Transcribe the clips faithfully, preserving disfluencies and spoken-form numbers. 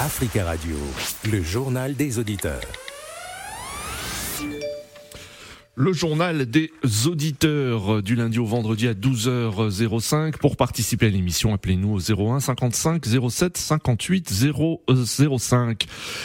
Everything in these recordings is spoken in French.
Africa Radio, le journal des auditeurs. Le journal des auditeurs du lundi au vendredi à douze heures cinq. Pour participer à l'émission, appelez-nous au zéro un cinquante-cinq zéro sept cinquante-huit zéro zéro cinq.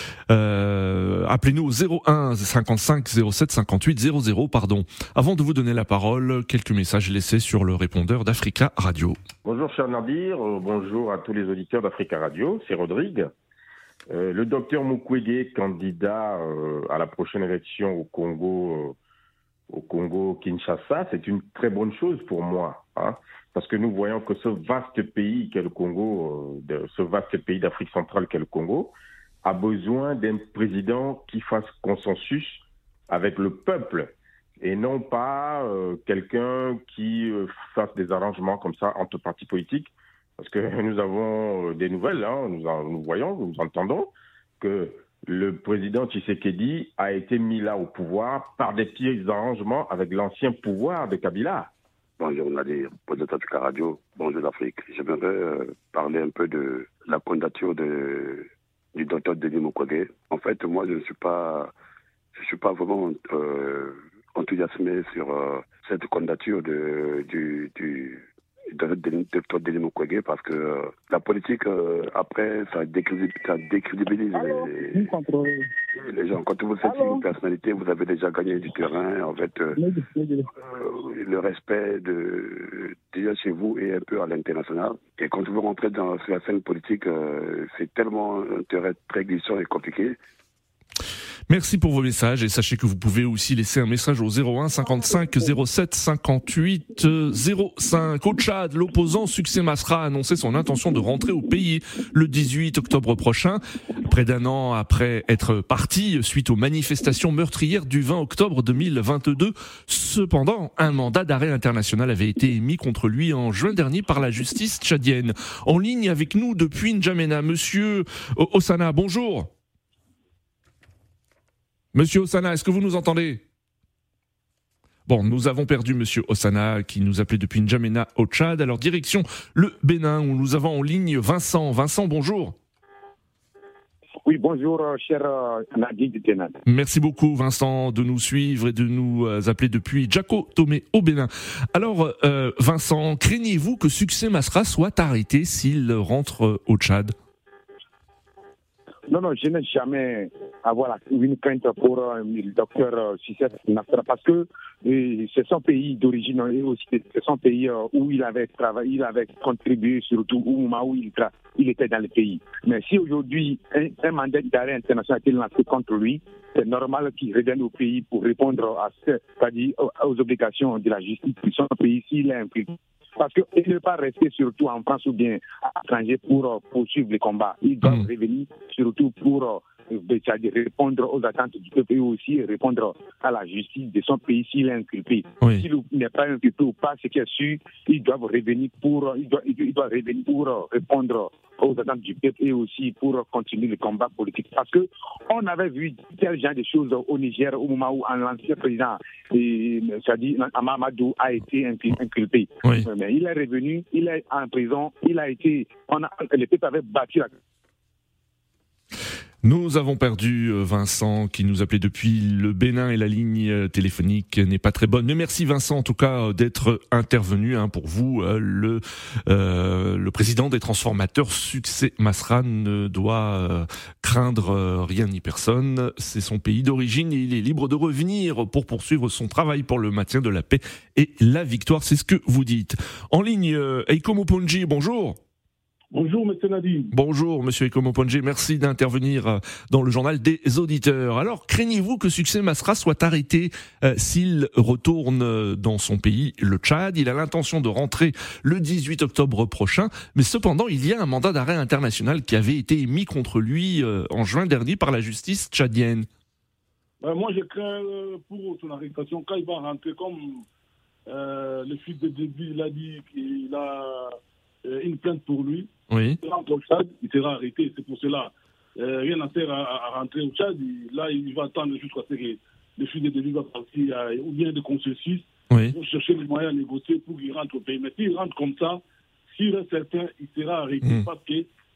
Euh, appelez-nous au zéro un cinquante-cinq zéro sept cinquante-huit zéro zéro, pardon. Avant de vous donner la parole, quelques messages laissés sur le répondeur d'Africa Radio. Bonjour cher Nadir, euh, bonjour à tous les auditeurs d'Africa Radio, c'est Rodrigue. Euh, le docteur Mukwege, candidat euh, à la prochaine élection au Congo, euh, au Congo-Kinshasa, c'est une très bonne chose pour moi, hein, parce que nous voyons que ce vaste pays qu'est le Congo, euh, de, ce vaste pays d'Afrique centrale qu'est le Congo, a besoin d'un président qui fasse consensus avec le peuple et non pas euh, quelqu'un qui euh, fasse des arrangements comme ça entre partis politiques, parce que nous avons des nouvelles, hein, nous, en, nous voyons, nous entendons que le président Tshisekedi a été mis là au pouvoir par des petits arrangements avec l'ancien pouvoir de Kabila. Bonjour Nadir, bonjour Africa Radio, bonjour l'Afrique. J'aimerais euh, parler un peu de la candidature de, du docteur Denis Mukwege. En fait, moi, je ne suis pas, je suis pas vraiment euh, enthousiasmé sur euh, cette candidature de, du, du docteur Denis Mukwege parce que euh, la politique, euh, après, ça décrédibilise, ça décrédibilise les, les gens. Quand vous êtes une personnalité, vous avez déjà gagné du terrain. En fait, euh, euh, le respect de déjà chez vous et un peu à l'international. Et quand vous rentrez dans la scène politique, euh, c'est tellement un terrain très glissant et compliqué. Merci pour vos messages et sachez que vous pouvez aussi laisser un message au zéro un cinquante-cinq zéro sept cinquante-huit zéro cinq. Au Tchad, l'opposant Succès Masra a annoncé son intention de rentrer au pays le dix-huit octobre prochain. Près d'un an après être parti suite aux manifestations meurtrières du vingt octobre deux mille vingt-deux. Cependant, un mandat d'arrêt international avait été émis contre lui en juin dernier par la justice tchadienne. En ligne avec nous depuis N'Djamena, Monsieur Osana, bonjour. Monsieur Osana, est-ce que vous nous entendez ? Bon, nous avons perdu Monsieur Osana qui nous appelait depuis N'Djamena au Tchad. Alors direction le Bénin où nous avons en ligne Vincent. Vincent, bonjour. Oui, bonjour, cher Nadir du Ténan. Merci beaucoup, Vincent, de nous suivre et de nous appeler depuis Djako Tomé au Bénin. Alors, euh, Vincent, craignez-vous que Succès Masra soit arrêté s'il rentre au Tchad ? Non, non, je n'ai jamais avoir une crainte pour euh, le docteur Succès Masra parce que euh, c'est son pays d'origine et aussi c'est son pays euh, où il avait travaillé, il avait contribué surtout au moment où il, tra- il était dans le pays. Mais si aujourd'hui un, un mandat d'arrêt international a été lancé contre lui, c'est normal qu'il revienne au pays pour répondre à ce, c'est-à-dire aux, aux obligations de la justice de son pays s'il est impliqué. Parce qu'il ne peut pas rester surtout en France ou bien à l'étranger pour poursuivre les combats. Il doit mmh. revenir surtout pour c'est-à-dire répondre aux attentes du peuple et aussi répondre à la justice de son pays s'il est inculpé. Oui. S'il n'est pas inculpé ou pas, ce qui est sûr, ils doivent revenir pour, il doit, il doit revenir pour répondre aux attentes du peuple et aussi pour continuer le combat politique. Parce que on avait vu tel genre de choses au Niger au moment où l'ancien président, c'est-à-dire Mahamadou, a été inculpé. Oui. Mais il est revenu, il est en prison, il a été, on a, le peuple avait battu la... Nous avons perdu Vincent qui nous appelait depuis le Bénin et la ligne téléphonique n'est pas très bonne. Mais merci Vincent en tout cas d'être intervenu hein, pour vous. Le, euh, le président des transformateurs Succès Masra ne doit euh, craindre rien ni personne. C'est son pays d'origine et il est libre de revenir pour poursuivre son travail pour le maintien de la paix et la victoire. C'est ce que vous dites. En ligne, euh, Eiko Moponji, bonjour. Bonjour, monsieur Nadir. Bonjour, monsieur Eiko Moponji. Merci d'intervenir dans le journal des auditeurs. Alors, craignez-vous que Succès Masra soit arrêté euh, s'il retourne dans son pays, le Tchad ? Il a l'intention de rentrer le dix-huit octobre prochain, mais cependant, il y a un mandat d'arrêt international qui avait été émis contre lui euh, en juin dernier par la justice tchadienne. Euh, moi, je crains euh, pour son arrestation quand il va rentrer comme euh, le fils de début, il a dit qu'il a euh, une plainte pour lui. Oui. Il rentre au Tchad, il sera arrêté. C'est pour cela. Euh, rien n'a sert à, à rentrer au Tchad. Il, là, il va attendre jusqu'à ce que le fils de début va partir, euh, ou bien de consensus, oui. pour chercher les moyens à négocier pour qu'il rentre au pays. Mais s'il rentre comme ça, s'il est certain, il sera arrêté mmh. parce que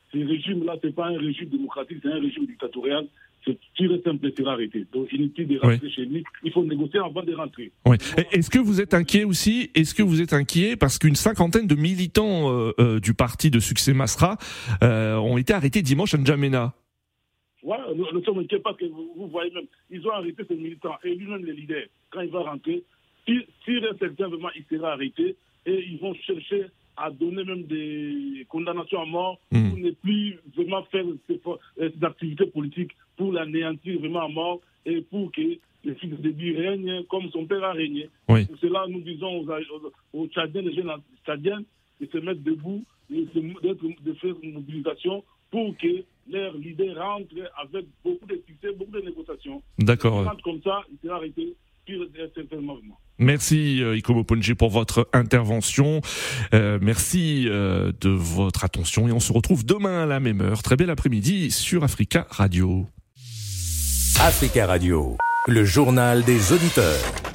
ce régime-là, ce n'est pas un régime démocratique, c'est un régime dictatorial. C'est pur et simple, sera arrêté. Donc, inutile de rentrer oui. chez lui. Il faut négocier avant de rentrer. Oui. Est-ce que vous êtes inquiet aussi Est-ce que vous êtes inquiet parce qu'une cinquantaine de militants euh, euh, du parti de Succès Masra euh, ont été arrêtés dimanche à N'Djamena? Oui, nous, nous sommes inquiets parce que vous, vous voyez même, ils ont arrêté ces militants et lui-même le leader. Quand il va rentrer, s'il si reste quelqu'un, vraiment, il sera arrêté et ils vont chercher à donner même des condamnations à mort mmh. pour ne plus vraiment faire ces, ces activités politiques pour l'anéantir vraiment à mort et pour que le fils de Déby règne comme son père a régné. Oui. Pour cela, nous disons aux, aux, aux Tchadiens, les jeunes Tchadiens, de se mettre debout, de, de, de faire une mobilisation pour que leur leader rentre avec beaucoup de succès, beaucoup de négociations. D'accord. S'il rentre comme ça, il sera arrêté. Merci euh, Ikomo Ponje pour votre intervention. Euh, merci euh, de votre attention et on se retrouve demain à la même heure. Très bel après-midi sur Africa Radio. Africa Radio, le journal des auditeurs.